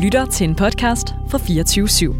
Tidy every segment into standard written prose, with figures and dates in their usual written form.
lytter til en podcast fra 24/7.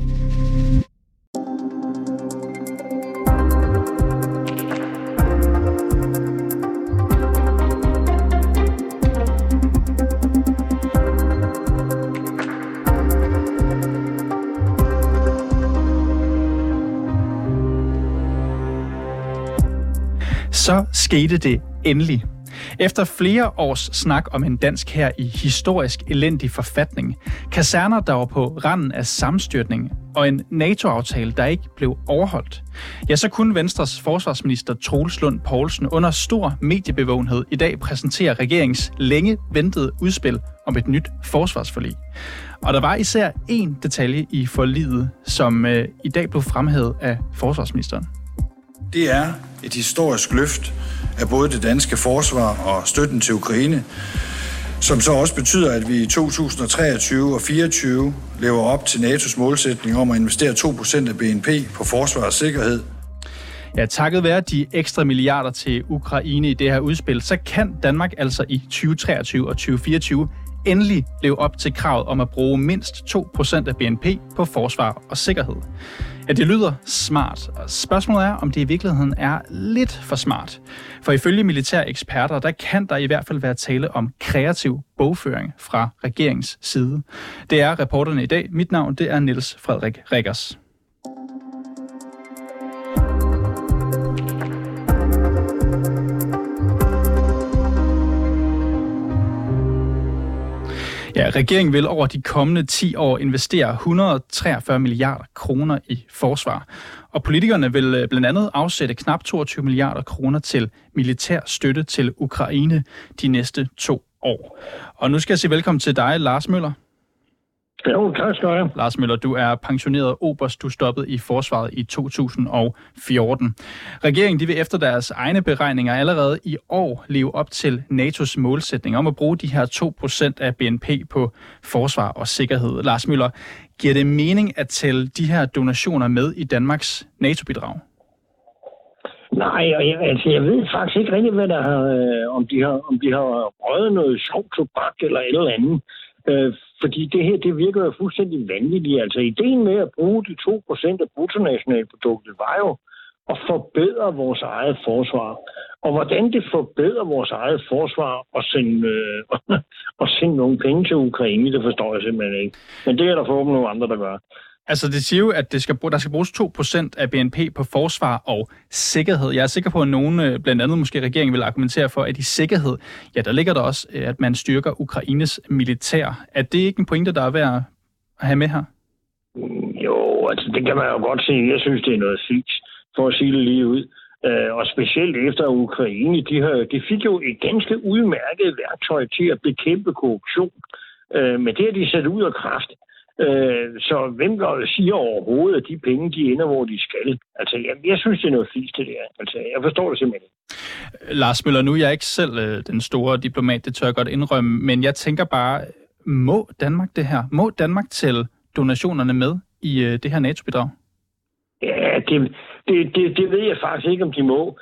Så skete det endelig. Efter flere års snak om en dansk hær i historisk elendig forfatning, kaserner, der var på randen af sammenstyrtning og en NATO-aftale, der ikke blev overholdt, ja, så kunne Venstres forsvarsminister Troels Lund Poulsen under stor mediebevågenhed i dag præsentere regeringens længe ventede udspil om et nyt forsvarsforlig. Og der var især én detalje i forliget, som i dag blev fremhævet af forsvarsministeren. Det er et historisk løft af både det danske forsvar og støtten til Ukraine, som så også betyder, at vi i 2023 og 2024 lever op til NATO's målsætning om at investere 2% af BNP på forsvar og sikkerhed. Ja, takket være de ekstra milliarder til Ukraine i det her udspil, så kan Danmark altså i 2023 og 2024 endelig leve op til kravet om at bruge mindst 2% af BNP på forsvar og sikkerhed. Ja, det lyder smart, og spørgsmålet er, om det i virkeligheden er lidt for smart. For ifølge militære eksperter, der kan der i hvert fald være tale om kreativ bogføring fra regeringens side. Det er reporterne i dag. Mit navn, det er Niels Frederik Riggers. Ja, regeringen vil over de kommende 10 år investere 143 milliarder kroner i forsvar. Og politikerne vil blandt andet afsætte knap 22 milliarder kroner til militær støtte til Ukraine de næste 2 år. Og nu skal jeg sige velkommen til dig, Lars Møller. Jo, tak skal du have. Lars Møller, du er pensioneret oberst. Du stoppede i forsvaret i 2014. Regeringen de vil efter deres egne beregninger allerede i år leve op til NATO's målsætning om at bruge de her 2% af BNP på forsvar og sikkerhed. Lars Møller, giver det mening at tælle de her donationer med i Danmarks NATO-bidrag? Nej, jeg ved faktisk ikke rigtig, hvad der har, om de har røget noget sjovt tobak eller et eller andet. Fordi det her, det virker jo fuldstændig vanvittigt. Altså, ideen med at bruge de 2% af bruttonationalproduktet var jo at forbedre vores eget forsvar. Og hvordan det forbedrer vores eget forsvar og sende nogle penge til Ukraine, det forstår jeg simpelthen ikke. Men det er der forhåbentlig nogle andre, der gør. Altså, det siger jo, at der skal bruges 2% af BNP på forsvar og sikkerhed. Jeg er sikker på, at nogen, blandt andet måske regeringen, vil argumentere for, at i sikkerhed, ja, der ligger der også, at man styrker Ukraines militær. Er det ikke en pointe, der er værd at have med her? Jo, altså det kan man jo godt se. Jeg synes, det er noget fix, for at sige det lige ud. Og specielt efter Ukraine, de fik jo et ganske udmærket værktøj til at bekæmpe korruption. Men det har de sat ud af kraft. Så hvem siger overhovedet, at de penge, de ender, hvor de skal? Altså, jeg synes, det er noget fisk til det her. Altså, jeg forstår det simpelthen ikke. Lars Møller, nu er jeg ikke selv den store diplomat, det tør jeg godt indrømme, men jeg tænker bare, må Danmark det her? Må Danmark tælle donationerne med i det her NATO-bidrag? Ja, det ved jeg faktisk ikke, om de må.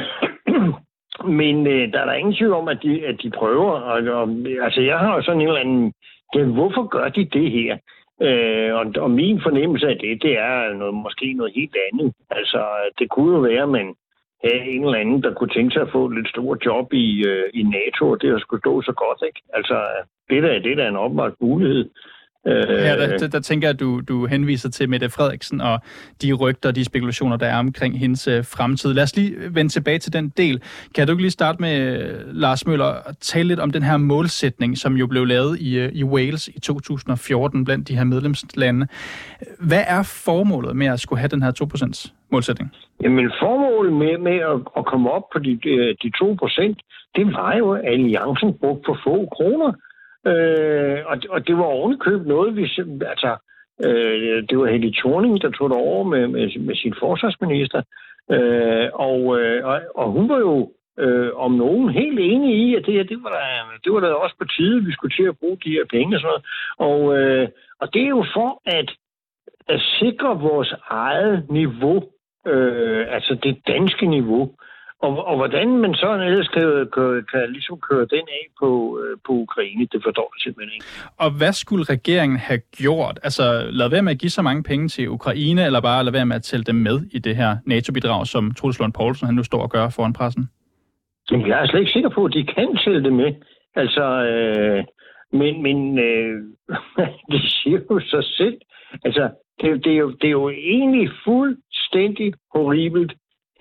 Men der er der ingen tvivl om, at de prøver. Altså, jeg har jo sådan en eller anden... Hvorfor gør de det her? Og min fornemmelse af det er måske noget helt andet. Altså, det kunne jo være, at man havde en eller anden, der kunne tænke sig at få et lidt stort job i NATO, og det har skulle stå så godt, ikke? Altså, det er da en oplagt mulighed. Ja, der tænker jeg, at du henviser til Mette Frederiksen og de rygter, de spekulationer, der er omkring hendes fremtid. Lad os lige vende tilbage til den del. Kan du ikke lige starte med, Lars Møller, at tale lidt om den her målsætning, som jo blev lavet i Wales i 2014 blandt de her medlemslande. Hvad er formålet med at skulle have den her 2% målsætning? Jamen, formålet med at komme op på de 2%, det var jo, at alliancen brugte for få kroner. Og det var ovenikøbet noget, det var Helle Thorning, der tog det over med sin forsvarsminister, og hun var jo om nogen helt enig i, at det var da også på tide, vi skulle til at bruge de her penge og sådan noget. Og det er jo for at sikre vores eget niveau, altså det danske niveau. Og hvordan man så ellers kan ligesom køre den af på Ukraine, det forstår jeg simpelthen ikke. Og hvad skulle regeringen have gjort? Altså, lad være med at give så mange penge til Ukraine, eller bare lad være med at tælle dem med i det her NATO-bidrag, som Troels Lund Poulsen han nu står og gør foran pressen? Jamen, jeg er slet ikke sikker på, at de kan tælle det med. Altså, men det siger jo sig selv. Altså, det er jo egentlig fuldstændig horribelt,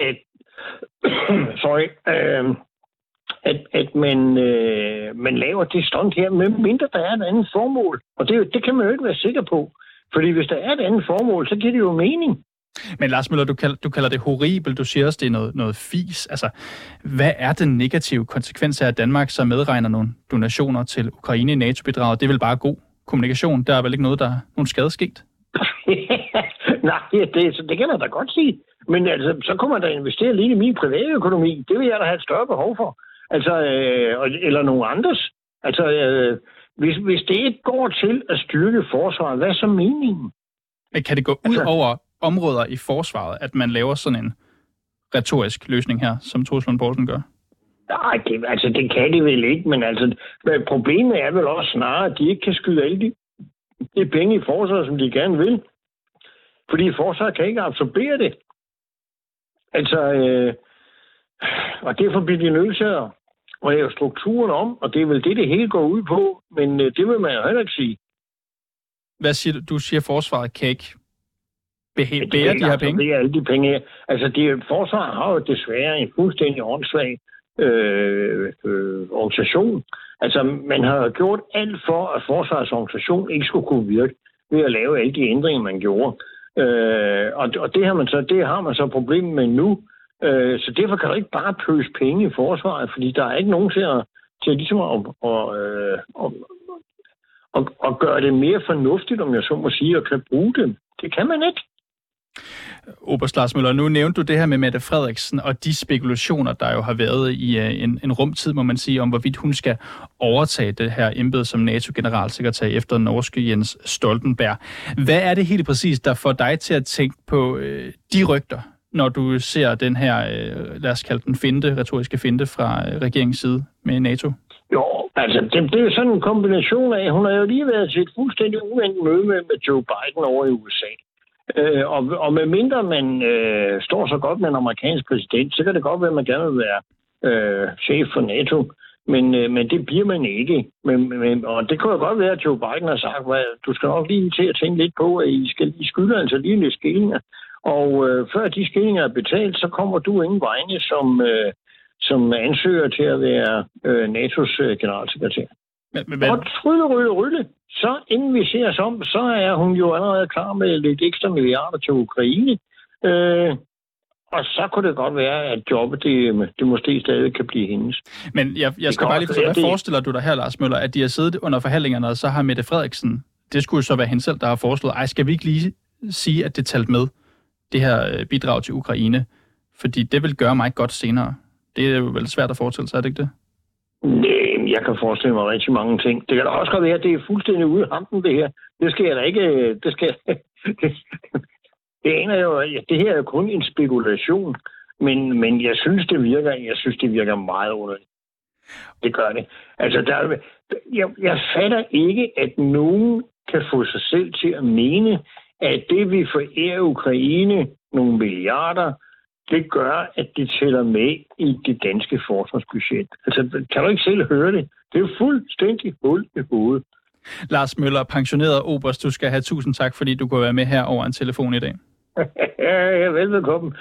at man laver det stunt her, med mindre der er et andet formål. Og det kan man jo ikke være sikker på. Fordi hvis der er et andet formål, så giver det jo mening. Men Lars Møller, du kalder det horribelt. Du siger også, det er noget fis. Altså, hvad er den negative konsekvens af, at Danmark så medregner nogle donationer til Ukraine i NATO-bidraget? Det er vel bare god kommunikation? Der er vel ikke noget, der er nogen skade sket? Nej, det kan man da godt sige. Men altså, så kunne man da investere lidt i min private økonomi. Det vil jeg da have et større behov for. Altså, eller nogen andres. Altså, hvis det ikke går til at styrke forsvaret, hvad er så meningen? Men kan det gå ud over områder i forsvaret, at man laver sådan en retorisk løsning her, som Troels Lund Poulsen gør? Nej, det kan det vel ikke, men altså, problemet er vel også snarere, at de ikke kan skyde alle de penge i forsvaret, som de gerne vil. Fordi forsvaret kan ikke absorbere det. Altså, og derfor bliver de nødt til at lave strukturen om, og det er vel det hele går ud på, men det vil man jo heller ikke sige. Hvad siger du? Du siger, forsvaret kan ikke bære de her penge? Det er alle de penge. Altså, forsvaret har jo desværre en fuldstændig åndssvag organisation. Altså, man har gjort alt for, at forsvarets organisation ikke skulle kunne virke ved at lave alle de ændringer, man gjorde. Og det har man så problemer med nu. Så derfor kan du ikke bare pøse penge i forsvaret, fordi der er ikke nogen til ligesom at gøre det mere fornuftigt, om jeg så må sige, og kan bruge det. Det kan man ikke. Oberst Lars Møller, nu nævnte du det her med Mette Frederiksen og de spekulationer, der jo har været i en rumtid, må man sige, om hvorvidt hun skal overtage det her embede som NATO-generalsekretær efter den norske Jens Stoltenberg. Hvad er det helt præcis, der får dig til at tænke på de rygter, når du ser den her, lad os kalde den retoriske finte fra regeringens side med NATO? Jo, altså det er jo sådan en kombination af, hun har jo lige været til et fuldstændig uventet møde med Joe Biden over i USA. Og med mindre man står så godt med en amerikansk præsident, så kan det godt være, at man gerne vil være chef for NATO. Men det bliver man ikke. Og det kunne jo godt være, at Joe Biden har sagt, at du skal nok lige til at tænke lidt på, at I skylder altså lige lidt skillinger. Og før de skillinger er betalt, så kommer du ingen vegne som ansøger til at være NATO's generalsekretær. Og rylle. Så inden vi ser os om, så er hun jo allerede klar med lidt ekstra milliarder til Ukraine. Og så kunne det godt være, at jobbet det måske stadig kan blive hendes. Men jeg skal bare lige forstå, hvad forestiller du dig her, Lars Møller, at de har siddet under forhandlingerne, og så har Mette Frederiksen, det skulle jo så være hende selv, der har foreslået, skal vi ikke lige sige, at det talt med, det her bidrag til Ukraine? Fordi det vil gøre mig godt senere. Det er jo vel svært at forestille sig, er det ikke det? Nej, jeg kan forestille mig rigtig mange ting. Det kan da også godt være, at det er fuldstændig ude af hampen, det her. Det skal jeg da ikke... Det aner jo, at det her er kun en spekulation, men jeg synes, det virker meget underligt. Det gør det. Altså, jeg fatter ikke, at nogen kan få sig selv til at mene, at det, vi forærer Ukraine nogle milliarder, det gør, at de tæller med i det danske forsvarsbudget. Altså, kan du ikke selv høre det? Det er jo fuldstændig hul i hovedet. Lars Møller, pensioneret oberst, du skal have 1000 tak, fordi du kunne være med her over en telefon i dag. Ja, velbekomme.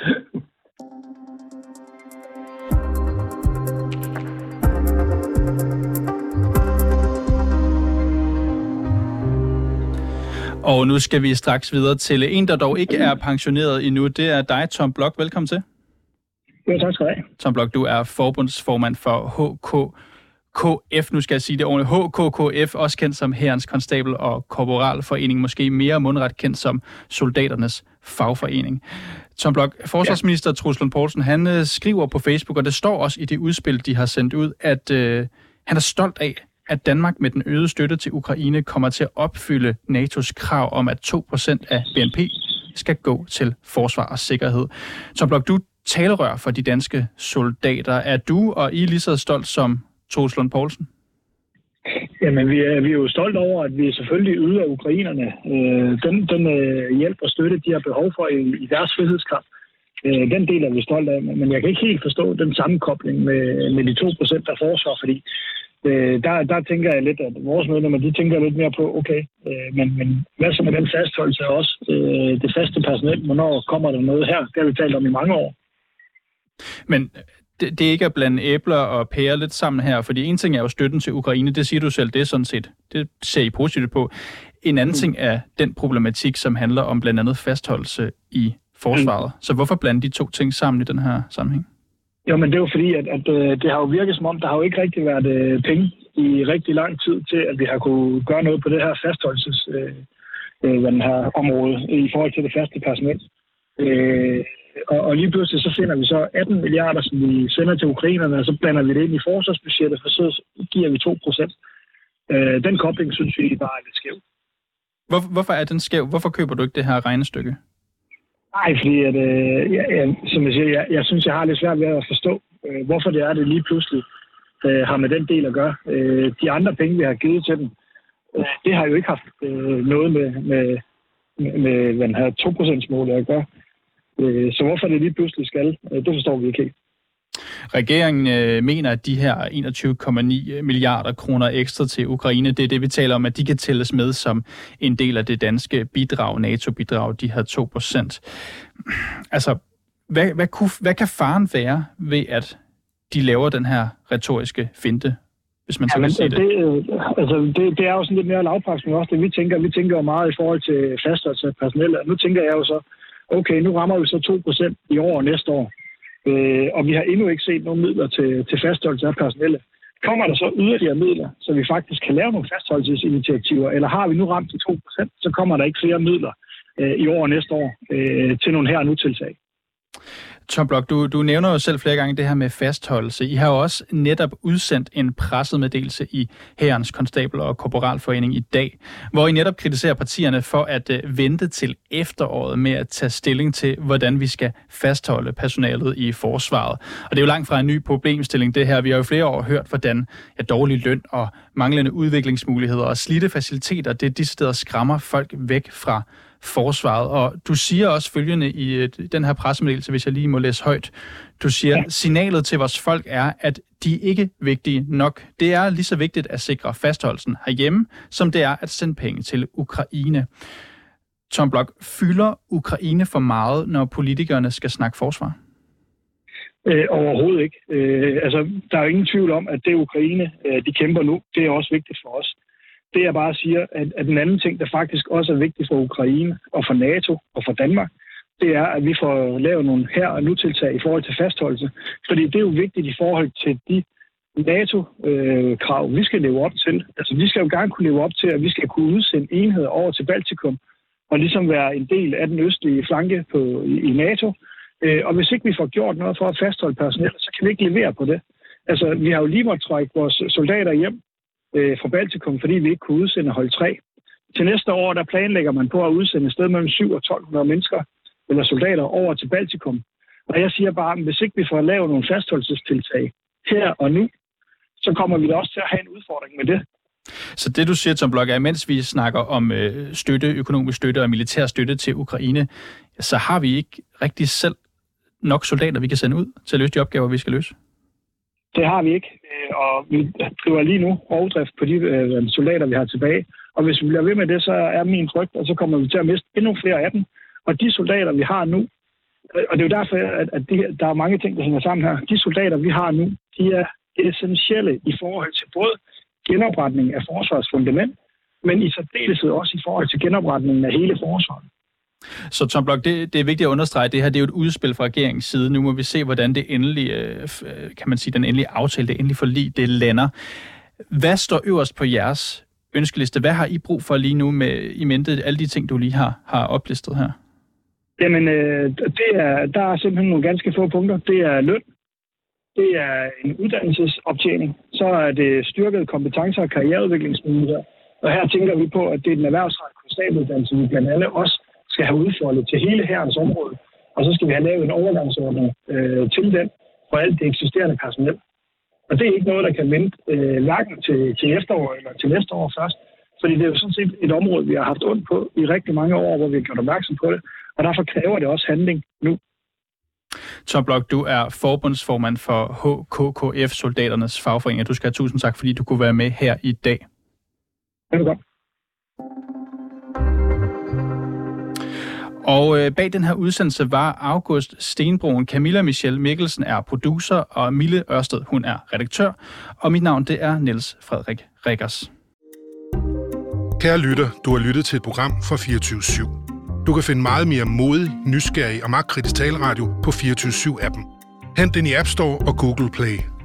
Og nu skal vi straks videre til en, der dog ikke er pensioneret endnu. Det er dig, Tom Blok. Velkommen til. Ja, tak skal du have. Tom Blok, du er forbundsformand for HKKF, nu skal jeg sige det ordentligt, HKKF, også kendt som Hærens Konstabel- og Korporalforening, måske mere mundret kendt som Soldaternes Fagforening. Tom Blok, forsvarsminister Troels Lund Poulsen, han skriver på Facebook, og det står også i det udspil, de har sendt ud, at han er stolt af, at Danmark med den øgede støtte til Ukraine kommer til at opfylde NATO's krav om, at 2% af BNP skal gå til forsvar og sikkerhed. Tom Blok, du talerør for de danske soldater. Er du og I lige så stolt som Troels Lund Poulsen? Jamen, vi er jo stolt over, at vi selvfølgelig yder ukrainerne den hjælp og støtte, de har behov for i deres frihedskamp. Den del er vi stolt af, men jeg kan ikke helt forstå den sammenkobling med de 2% af forsvar, fordi der tænker jeg lidt, at vores medlemmer, de tænker lidt mere på, okay, men hvad så med den fastholdelse af os, det faste personel, hvornår kommer der noget her? Det har vi talt om i mange år. Men det er ikke at blande æbler og pærer lidt sammen her, fordi en ting er jo støtten til Ukraine, det siger du selv, det er sådan set, det ser I positivt på. En anden ting er den problematik, som handler om blandt andet fastholdelse i forsvaret. Så hvorfor blande de to ting sammen i den her sammenhæng? Jo, men det er jo fordi, at det har jo virket som om, der har jo ikke rigtig været penge i rigtig lang tid til, at vi har kunne gøre noget på det her fastholdelses område i forhold til det faste personel. Og lige pludselig så finder vi så 18 milliarder, som vi sender til ukrainerne, og så blander vi det ind i forsvarsbudgettet, for så giver vi 2%. Den kobling synes vi bare er lidt skæv. Hvorfor er den skæv? Hvorfor køber du ikke det her regnestykke? Nej, fordi at, som jeg siger, jeg synes, jeg har lidt svært ved at forstå, hvorfor det er, det lige pludselig har med den del at gøre. De andre penge, vi har givet til dem, det har jo ikke haft noget med den her 2%-mål at gøre. Så hvorfor det lige pludselig skal, det forstår vi ikke helt. Regeringen mener, at de her 21,9 milliarder kroner ekstra til Ukraine, det er det, vi taler om, at de kan tælles med som en del af det danske bidrag, NATO-bidrag, de her 2%. Altså, hvad kan faren være ved, at de laver den her retoriske finte, hvis man så kan sige det? Det er jo sådan lidt mere lavpraktisk, men også det, vi tænker jo meget i forhold til fastholdelse af personel. Nu tænker jeg jo så, okay, nu rammer vi så 2% i år og næste år. Og vi har endnu ikke set nogen midler til fastholdelse af personelle. Kommer der så yderligere midler, så vi faktisk kan lave nogle fastholdelsesinitiativer, eller har vi nu ramt de 2%, så kommer der ikke flere midler i år og næste år til nogle her og nu tiltag. Tom Blok, du nævner jo selv flere gange det her med fastholdelse. I har jo også netop udsendt en pressemeddelelse i Hærens Konstabel- og Korporalforening i dag, hvor I netop kritiserer partierne for at vente til efteråret med at tage stilling til, hvordan vi skal fastholde personalet i forsvaret. Og det er jo langt fra en ny problemstilling det her. Vi har jo flere år hørt, hvordan dårlig løn og manglende udviklingsmuligheder og slidte faciliteter, det de steder skræmmer folk væk fra forsvaret. Og du siger også følgende i den her pressemeddelelse, hvis jeg lige må læse højt. Du siger, signalet til vores folk er, at de ikke er vigtige nok. Det er lige så vigtigt at sikre fastholdelsen herhjemme, som det er at sende penge til Ukraine. Tom Blok, fylder Ukraine for meget, når politikerne skal snakke forsvar? Overhovedet ikke. Der er jo ingen tvivl om, at det Ukraine, de kæmper nu, det er også vigtigt for os. Det jeg bare siger, at den anden ting, der faktisk også er vigtig for Ukraine og for NATO og for Danmark, det er, at vi får lavet nogle her og nu tiltag i forhold til fastholdelse. Fordi det er jo vigtigt i forhold til de NATO-krav, vi skal leve op til. Altså vi skal jo gerne kunne leve op til, at vi skal kunne udsende enheder over til Baltikum og ligesom være en del af den østlige flanke i NATO. Og hvis ikke vi får gjort noget for at fastholde personel, så kan vi ikke levere på det. Altså vi har jo lige måttet trække vores soldater hjem fra Baltikum, fordi vi ikke kunne udsende hold 3. Til næste år, der planlægger man på at udsende et sted mellem 700 og 1200 mennesker eller soldater over til Baltikum. Og jeg siger bare, at hvis ikke vi får lavet nogle fastholdelsestiltag her og nu, så kommer vi da også til at have en udfordring med det. Så det du siger, Tom Blok, er, mens vi snakker om økonomisk støtte og militær støtte til Ukraine, så har vi ikke rigtig selv nok soldater, vi kan sende ud til at løse de opgaver, vi skal løse? Det har vi ikke, og vi driver lige nu rovdrift på de soldater, vi har tilbage. Og hvis vi bliver ved med det, så er min frygt, og så kommer vi til at miste endnu flere af dem. Og de soldater, vi har nu, og det er jo derfor, at der er mange ting, der hænger sammen her. De soldater, vi har nu, de er essentielle i forhold til både genopretning af forsvarets fundament, men i særdeleshed også i forhold til genopretningen af hele forsvaret. Så Tom Blok, det er vigtigt at understrege, det her det er jo et udspil fra regeringens side. Nu må vi se, hvordan det endelige, kan man sige, den endelige aftale, det endelige forlig, det lander. Hvad står øverst på jeres ønskeliste? Hvad har I brug for lige nu med i mente alle de ting, du lige har oplistet her? Jamen, der er simpelthen nogle ganske få punkter. Det er løn, det er en uddannelsesoptjening, så er det styrkede kompetencer og karriereudviklingsmuligheder. Og her tænker vi på, at det er den erhvervsrettede konstabeluddannelse, vi blandt andet også skal have udfoldet til hele hærens område. og så skal vi have lavet en overgangsordning til den for alt det eksisterende personel. Og det er ikke noget, der kan vente hverken til efterår eller til næste år først, fordi det er jo sådan set et område, vi har haft ondt på i rigtig mange år, hvor vi har gjort opmærksom på det, og derfor kræver det også handling nu. Tom Bloch, du er forbundsformand for HKKF, soldaternes fagforening. Du skal have tusind tak, fordi du kunne være med her i dag. Velkommen. Og bag den her udsendelse var August Stenbroen. Camilla Michelle Mikkelsen er producer, og Mille Ørsted, hun er redaktør. Og mit navn, det er Niels Frederik Rikkers. Kære lytter, du har lyttet til et program fra 24/7. Du kan finde meget mere modig, nysgerrig og magtkritisk taleradio på 24/7-appen. Hent den i App Store og Google Play.